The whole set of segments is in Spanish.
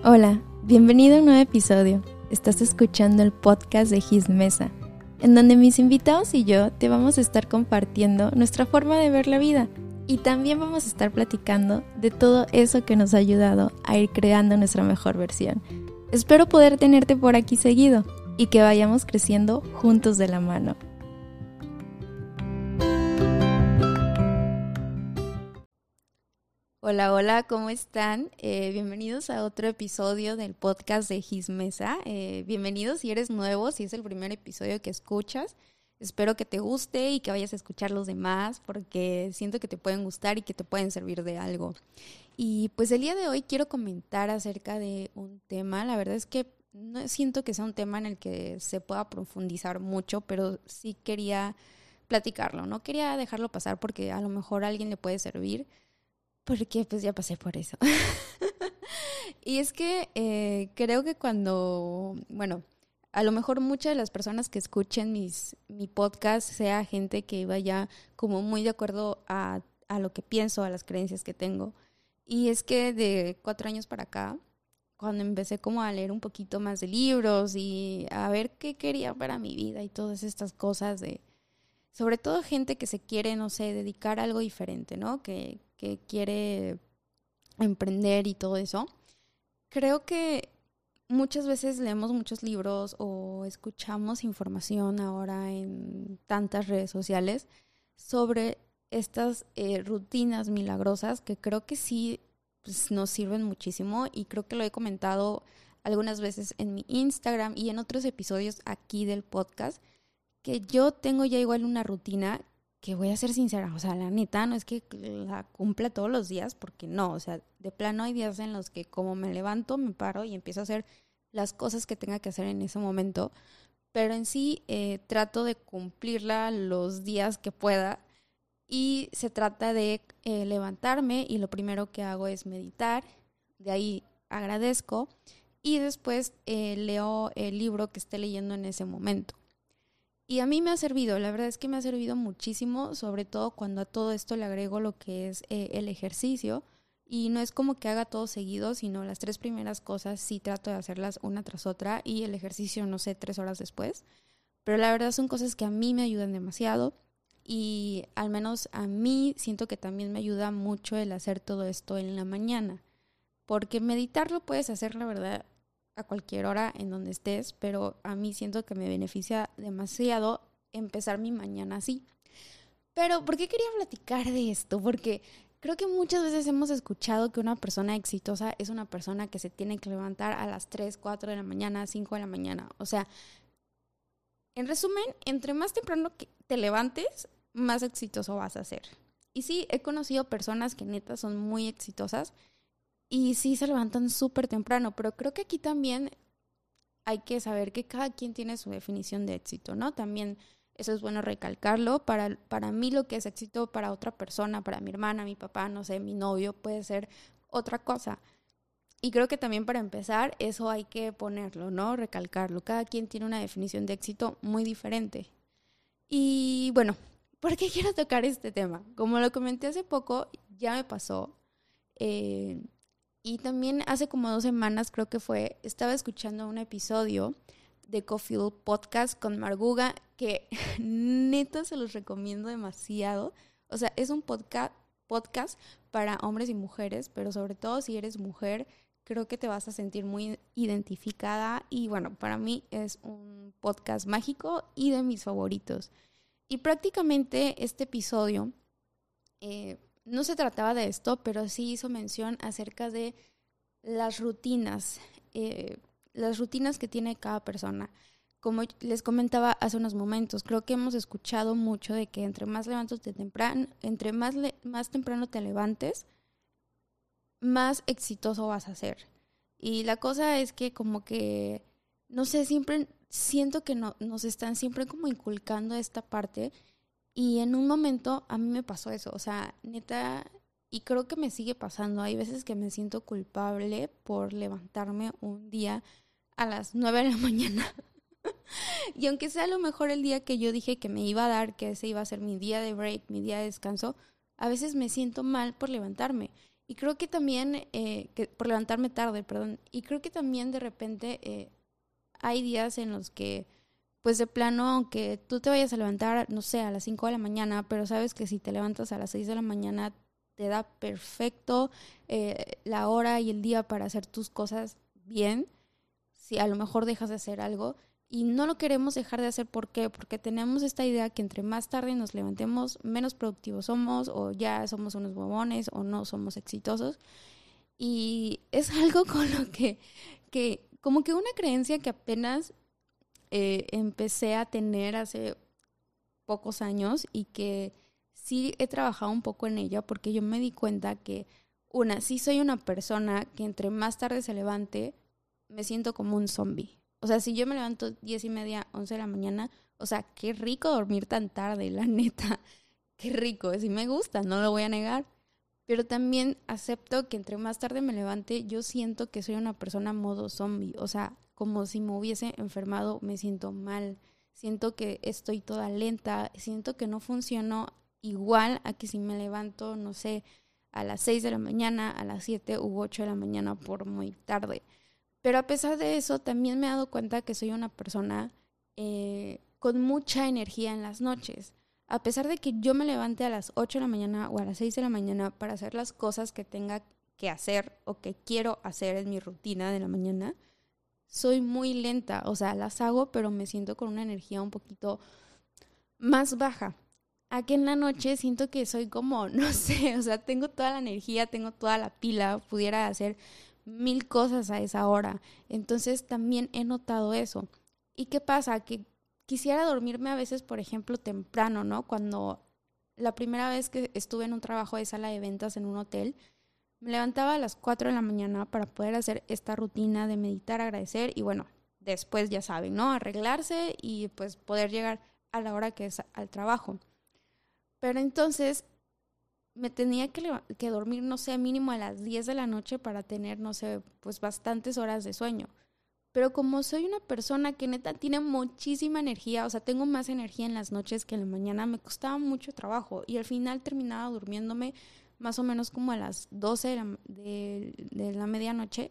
Hola, bienvenido a un nuevo episodio. Estás escuchando el podcast de Gismesa, en donde mis invitados y yo te vamos a estar compartiendo nuestra forma de ver la vida y también vamos a estar platicando de todo eso que nos ha ayudado a ir creando nuestra mejor versión. Espero poder tenerte por aquí seguido y que vayamos creciendo juntos de la mano. Hola, hola, ¿cómo están? Bienvenidos a otro episodio del podcast de Gismesa. Bienvenidos si eres nuevo, si es el primer episodio que escuchas. Espero que te guste y que vayas a escuchar los demás porque siento que te pueden gustar y que te pueden servir de algo. Y pues el día de hoy quiero comentar acerca de un tema. La verdad es que no siento que sea un tema en el que se pueda profundizar mucho, pero sí quería platicarlo. No quería dejarlo pasar porque a lo mejor a alguien le puede servir. Porque pues ya pasé por eso. Y es que creo que a lo mejor muchas de las personas que escuchen mi podcast sea gente que vaya como muy de acuerdo a lo que pienso, a las creencias que tengo. Y es que de 4 años para acá, cuando empecé como a leer un poquito más de libros y a ver qué quería para mi vida y todas estas cosas sobre todo gente que se quiere, no sé, dedicar a algo diferente, ¿no? Que quiere emprender y todo eso. Creo que muchas veces leemos muchos libros o escuchamos información ahora en tantas redes sociales sobre estas rutinas milagrosas que creo que sí pues, nos sirven muchísimo y creo que lo he comentado algunas veces en mi Instagram y en otros episodios aquí del podcast, que yo tengo ya igual una rutina que voy a ser sincera, o sea, la neta no es que la cumpla todos los días, porque no, o sea, de plano hay días en los que como me levanto, me paro y empiezo a hacer las cosas que tenga que hacer en ese momento, pero en sí trato de cumplirla los días que pueda y se trata de levantarme y lo primero que hago es meditar, de ahí agradezco y después leo el libro que esté leyendo en ese momento. Y a mí me ha servido, la verdad es que me ha servido muchísimo, sobre todo cuando a todo esto le agrego lo que es el ejercicio. Y no es como que haga todo seguido, sino las 3 primeras cosas sí trato de hacerlas una tras otra y el ejercicio, no sé, 3 horas después. Pero la verdad son cosas que a mí me ayudan demasiado y al menos a mí siento que también me ayuda mucho el hacer todo esto en la mañana. Porque meditar lo puedes hacer, la verdad, a cualquier hora en donde estés, pero a mí siento que me beneficia demasiado empezar mi mañana así. Pero, ¿por qué quería platicar de esto? Porque creo que muchas veces hemos escuchado que una persona exitosa es una persona que se tiene que levantar a las 3, 4 de la mañana, 5 de la mañana. O sea, en resumen, entre más temprano que te levantes, más exitoso vas a ser. Y sí, he conocido personas que neta son muy exitosas y sí se levantan súper temprano, pero creo que aquí también hay que saber que cada quien tiene su definición de éxito, ¿no? También eso es bueno recalcarlo. Para mí lo que es éxito para otra persona, para mi hermana, mi papá, no sé, mi novio, puede ser otra cosa. Y creo que también para empezar eso hay que ponerlo, ¿no? Recalcarlo. Cada quien tiene una definición de éxito muy diferente. Y bueno, ¿por qué quiero tocar este tema? Como lo comenté hace poco, ya me pasó. Y también hace como 2 semanas creo que fue, estaba escuchando un episodio de Coffee Podcast con Marguga que neta se los recomiendo demasiado. O sea, es un podcast para hombres y mujeres, pero sobre todo si eres mujer, creo que te vas a sentir muy identificada y bueno, para mí es un podcast mágico y de mis favoritos. Y prácticamente este episodio no se trataba de esto, pero sí hizo mención acerca de las rutinas que tiene cada persona. Como les comentaba hace unos momentos, creo que hemos escuchado mucho de que entre más más temprano te levantes, más exitoso vas a ser. Y la cosa es que como que, no sé, siempre siento que nos están siempre como inculcando esta parte. Y en un momento a mí me pasó eso, o sea, neta, y creo que me sigue pasando. Hay veces que me siento culpable por levantarme un día a las 9 de la mañana. Y aunque sea a lo mejor el día que yo dije que me iba a dar, que ese iba a ser mi día de break, mi día de descanso, a veces me siento mal por levantarme. Y creo que también, que por levantarme tarde, perdón, y creo que también de repente hay días en los que, pues de plano, aunque tú te vayas a levantar, no sé, a las 5 de la mañana, pero sabes que si te levantas a las 6 de la mañana, te da perfecto la hora y el día para hacer tus cosas bien, si a lo mejor dejas de hacer algo. Y no lo queremos dejar de hacer, ¿por qué? Porque tenemos esta idea que entre más tarde nos levantemos, menos productivos somos, o ya somos unos bobones, o no somos exitosos. Y es algo con lo que como que una creencia que apenas empecé a tener hace pocos años y que sí he trabajado un poco en ella porque yo me di cuenta que, sí soy una persona que entre más tarde se levante, me siento como un zombie. O sea, si yo me levanto 10:30, 11 de la mañana, o sea, qué rico dormir tan tarde, la neta. Qué rico, sí me gusta, no lo voy a negar. Pero también acepto que entre más tarde me levante, yo siento que soy una persona modo zombie. O sea, como si me hubiese enfermado, me siento mal. Siento que estoy toda lenta, siento que no funciono igual a que si me levanto, no sé, a las 6 de la mañana, a las 7 u 8 de la mañana por muy tarde. Pero a pesar de eso, también me he dado cuenta que soy una persona con mucha energía en las noches. A pesar de que yo me levante a las 8 de la mañana o a las 6 de la mañana para hacer las cosas que tenga que hacer o que quiero hacer en mi rutina de la mañana, soy muy lenta. O sea, las hago, pero me siento con una energía un poquito más baja. Aquí en la noche siento que soy como, no sé, o sea, tengo toda la energía, tengo toda la pila, pudiera hacer 1000 cosas a esa hora. Entonces también he notado eso. ¿Y qué pasa? Que quisiera dormirme a veces, por ejemplo, temprano, ¿no? Cuando la primera vez que estuve en un trabajo de sala de ventas en un hotel, me levantaba a las 4 de la mañana para poder hacer esta rutina de meditar, agradecer y bueno, después ya saben, ¿no? Arreglarse y pues poder llegar a la hora que es al trabajo. Pero entonces me tenía que dormir, no sé, mínimo a las 10 de la noche para tener, no sé, pues bastantes horas de sueño. Pero como soy una persona que neta tiene muchísima energía, o sea, tengo más energía en las noches que en la mañana, me costaba mucho trabajo y al final terminaba durmiéndome más o menos como a las 12 de la medianoche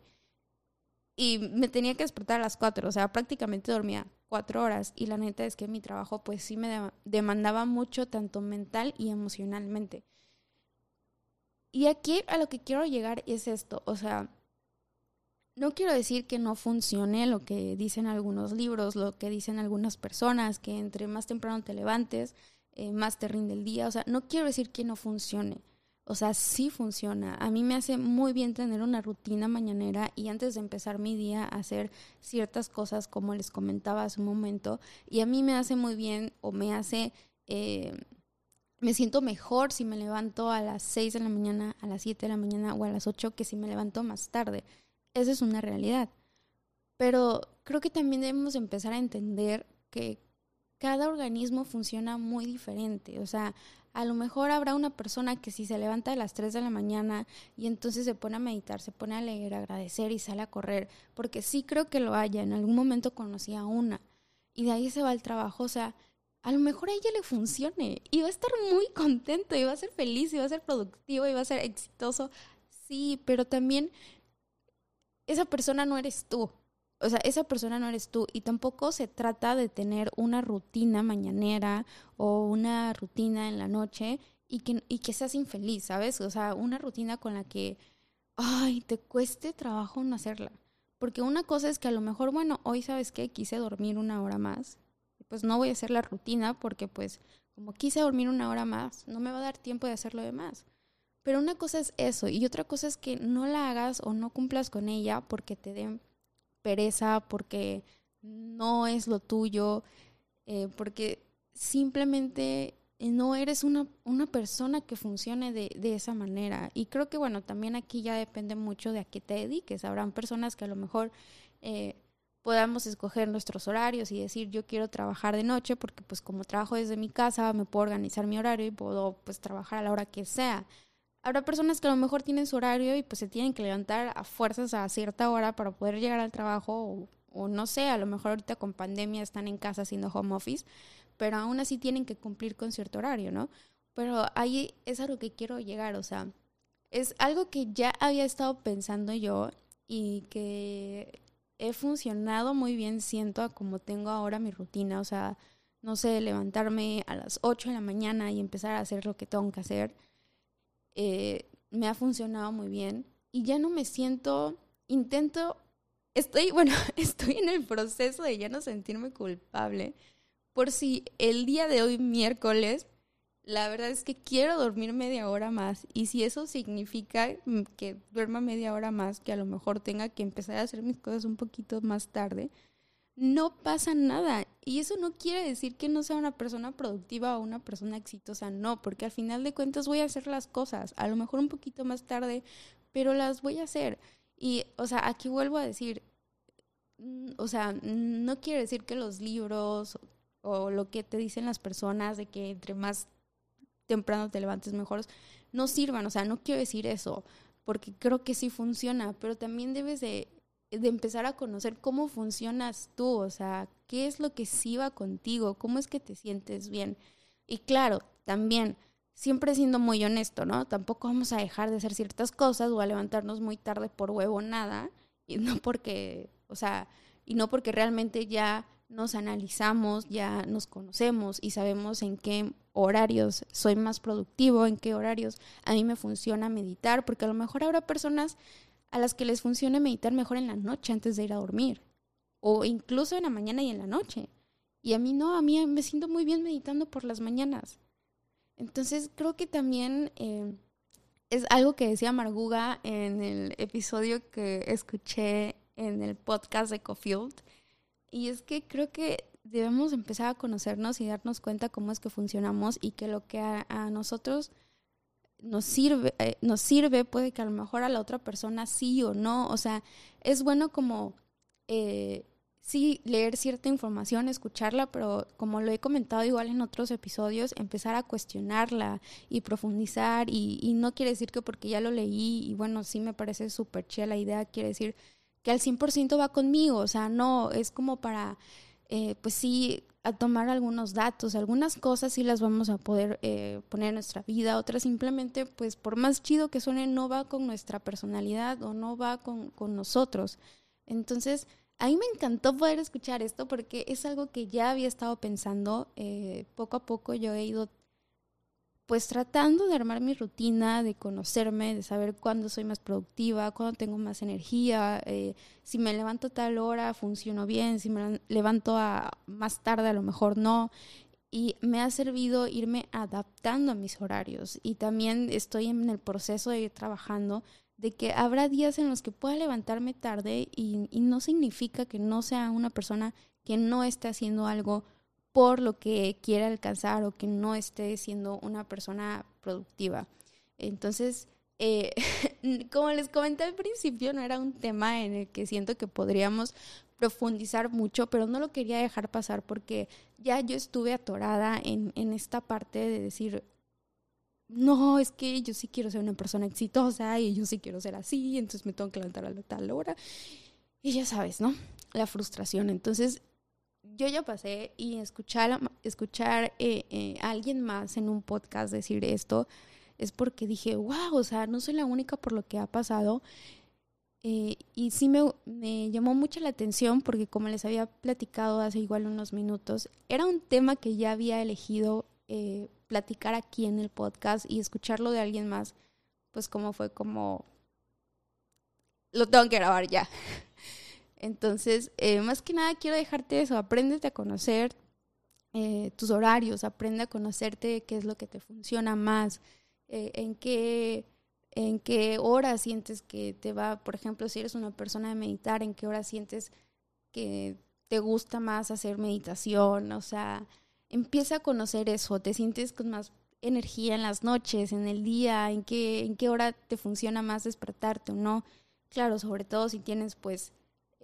y me tenía que despertar a las 4, o sea, prácticamente dormía 4 horas y la neta es que mi trabajo pues sí me demandaba mucho tanto mental y emocionalmente. Y aquí a lo que quiero llegar es esto, o sea, no quiero decir que no funcione lo que dicen algunos libros, lo que dicen algunas personas, que entre más temprano te levantes, más te rinde el día. O sea, no quiero decir que no funcione. O sea, sí funciona. A mí me hace muy bien tener una rutina mañanera y antes de empezar mi día hacer ciertas cosas como les comentaba hace un momento. Y a mí me hace muy bien o me hace... me siento mejor si me levanto a las 6 de la mañana, a las 7 de la mañana o a las 8 que si me levanto más tarde. Esa es una realidad. Pero creo que también debemos empezar a entender que cada organismo funciona muy diferente. O sea, a lo mejor habrá una persona que si se levanta a las 3 de la mañana y entonces se pone a meditar, se pone a leer, a agradecer y sale a correr, porque sí creo que lo haya. En algún momento conocí a una y de ahí se va al trabajo. O sea, a lo mejor a ella le funcione y va a estar muy contento y va a ser feliz y va a ser productivo y va a ser exitoso. Sí, pero también esa persona no eres tú. O sea, esa persona no eres tú. Y tampoco se trata de tener una rutina mañanera o una rutina en la noche y que seas infeliz, ¿sabes? O sea, una rutina con la que, ay, te cueste trabajo no hacerla. Porque una cosa es que a lo mejor, bueno, hoy sabes qué, quise dormir una hora más. Pues no voy a hacer la rutina porque pues como quise dormir una hora más, no me va a dar tiempo de hacer lo demás. Pero una cosa es eso y otra cosa es que no la hagas o no cumplas con ella porque te den pereza, porque no es lo tuyo, porque simplemente no eres una persona que funcione de esa manera. Y creo que, bueno, también aquí ya depende mucho de a qué te dediques. Habrán personas que a lo mejor eh, podamos escoger nuestros horarios y decir yo quiero trabajar de noche porque pues como trabajo desde mi casa me puedo organizar mi horario y puedo pues trabajar a la hora que sea. Habrá personas que a lo mejor tienen su horario y pues se tienen que levantar a fuerzas a cierta hora para poder llegar al trabajo o no sé, a lo mejor ahorita con pandemia están en casa haciendo home office, pero aún así tienen que cumplir con cierto horario, ¿no? Pero ahí es a lo que quiero llegar, o sea, es algo que ya había estado pensando yo y que he funcionado muy bien, siento, a como tengo ahora mi rutina. O sea, no sé, levantarme a las 8 de la mañana y empezar a hacer lo que tengo que hacer. Me ha funcionado muy bien y ya no me siento, estoy en el proceso de ya no sentirme culpable por si el día de hoy, miércoles, la verdad es que quiero dormir media hora más y si eso significa que duerma media hora más, que a lo mejor tenga que empezar a hacer mis cosas un poquito más tarde, no pasa nada. Y eso no quiere decir que no sea una persona productiva o una persona exitosa, no, porque al final de cuentas voy a hacer las cosas, a lo mejor un poquito más tarde, pero las voy a hacer. Y, o sea, aquí vuelvo a decir, o sea, no quiere decir que los libros o lo que te dicen las personas de que entre más temprano te levantes mejor, no sirvan. O sea, no quiero decir eso, porque creo que sí funciona, pero también debes de empezar a conocer cómo funcionas tú, o sea, qué es lo que sí va contigo, cómo es que te sientes bien. Y claro, también, siempre siendo muy honesto, ¿no? Tampoco vamos a dejar de hacer ciertas cosas o a levantarnos muy tarde por huevo nada, y no porque, o sea, y no porque realmente ya nos analizamos, ya nos conocemos y sabemos en qué horarios soy más productivo, en qué horarios a mí me funciona meditar, porque a lo mejor habrá personas a las que les funcione meditar mejor en la noche antes de ir a dormir, o incluso en la mañana y en la noche. Y a mí no, a mí me siento muy bien meditando por las mañanas. Entonces creo que también es algo que decía Marguga en el episodio que escuché en el podcast de Cofield, y es que creo que debemos empezar a conocernos y darnos cuenta cómo es que funcionamos y que lo que a nosotros nos sirve, puede que a lo mejor a la otra persona sí o no. O sea, es bueno como sí leer cierta información, escucharla, pero como lo he comentado igual en otros episodios, empezar a cuestionarla y profundizar, y no quiere decir que porque ya lo leí y bueno, sí me parece súper chida la idea, quiere decir que al 100% va conmigo. O sea, no, es como para pues sí, a tomar algunos datos, algunas cosas sí las vamos a poder poner en nuestra vida, otras simplemente, pues por más chido que suene, no va con nuestra personalidad o no va con nosotros. Entonces, a mí me encantó poder escuchar esto porque es algo que ya había estado pensando. Poco a poco yo he ido pues tratando de armar mi rutina, de conocerme, de saber cuándo soy más productiva, cuándo tengo más energía, si me levanto a tal hora, funciono bien, si me levanto más tarde, a lo mejor no. Y me ha servido irme adaptando a mis horarios. Y también estoy en el proceso de ir trabajando, de que habrá días en los que pueda levantarme tarde y no significa que no sea una persona que no esté haciendo algo por lo que quiere alcanzar o que no esté siendo una persona productiva. Entonces, como les comenté al principio, no era un tema en el que siento que podríamos profundizar mucho, pero no lo quería dejar pasar porque ya yo estuve atorada en esta parte de decir, no, es que yo sí quiero ser una persona exitosa y yo sí quiero ser así, entonces me tengo que levantar a la tal hora. Y ya sabes, ¿no? La frustración. Entonces, yo ya pasé y escuchar a alguien más en un podcast decir esto es porque dije, wow, o sea, no soy la única por lo que ha pasado. Y sí me llamó mucho la atención porque como les había platicado hace igual unos minutos, era un tema que ya había elegido platicar aquí en el podcast, y escucharlo de alguien más, pues como fue como, lo tengo que grabar ya. Entonces, más que nada quiero dejarte eso, apréndete a conocer tus horarios, aprende a conocerte qué es lo que te funciona más, en qué hora sientes que te va, por ejemplo, si eres una persona de meditar, en qué hora sientes que te gusta más hacer meditación. O sea, empieza a conocer eso, te sientes con más energía en las noches, en el día, en qué hora te funciona más despertarte o no. Claro, sobre todo si tienes pues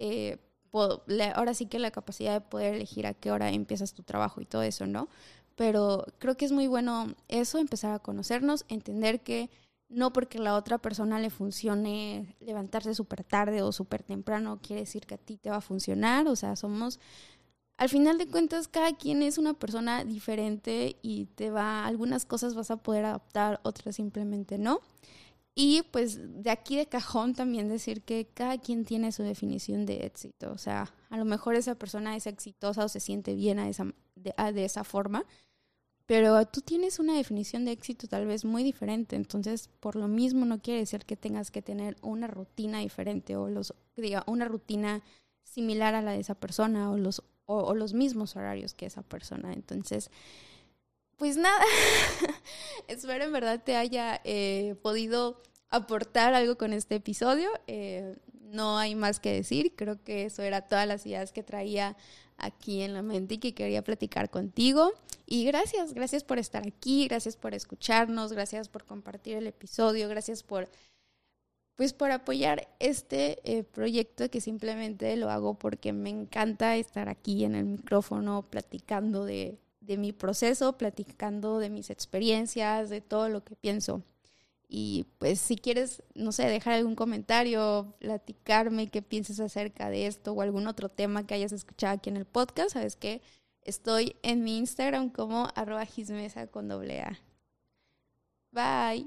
ahora sí que la capacidad de poder elegir a qué hora empiezas tu trabajo y todo eso, ¿no? Pero creo que es muy bueno eso, empezar a conocernos, entender que no porque la otra persona le funcione levantarse súper tarde o súper temprano quiere decir que a ti te va a funcionar. O sea, al final de cuentas, cada quien es una persona diferente y algunas cosas vas a poder adaptar, otras simplemente no. Y pues de aquí de cajón también decir que cada quien tiene su definición de éxito. O sea, a lo mejor esa persona es exitosa o se siente bien de esa forma, pero tú tienes una definición de éxito tal vez muy diferente. Entonces, por lo mismo no quiere decir que tengas que tener una rutina diferente o una rutina similar a la de esa persona o los mismos horarios que esa persona. Entonces, pues nada, espero en verdad te haya podido aportar algo con este episodio. No hay más que decir, creo que eso era todas las ideas que traía aquí en la mente y que quería platicar contigo. Y gracias por estar aquí, gracias por escucharnos, gracias por compartir el episodio, gracias por apoyar este proyecto que simplemente lo hago porque me encanta estar aquí en el micrófono platicando de mi proceso, platicando de mis experiencias, de todo lo que pienso. Y pues si quieres, no sé, dejar algún comentario, platicarme qué piensas acerca de esto o algún otro tema que hayas escuchado aquí en el podcast, sabes que estoy en mi Instagram como @gismesa con doble A. Bye.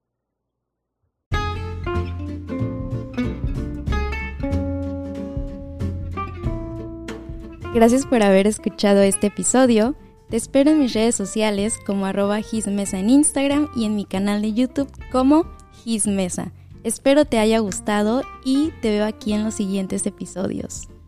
Gracias por haber escuchado este episodio. Te espero en mis redes sociales como @gismesa en Instagram y en mi canal de YouTube como gismesa. Espero te haya gustado y te veo aquí en los siguientes episodios.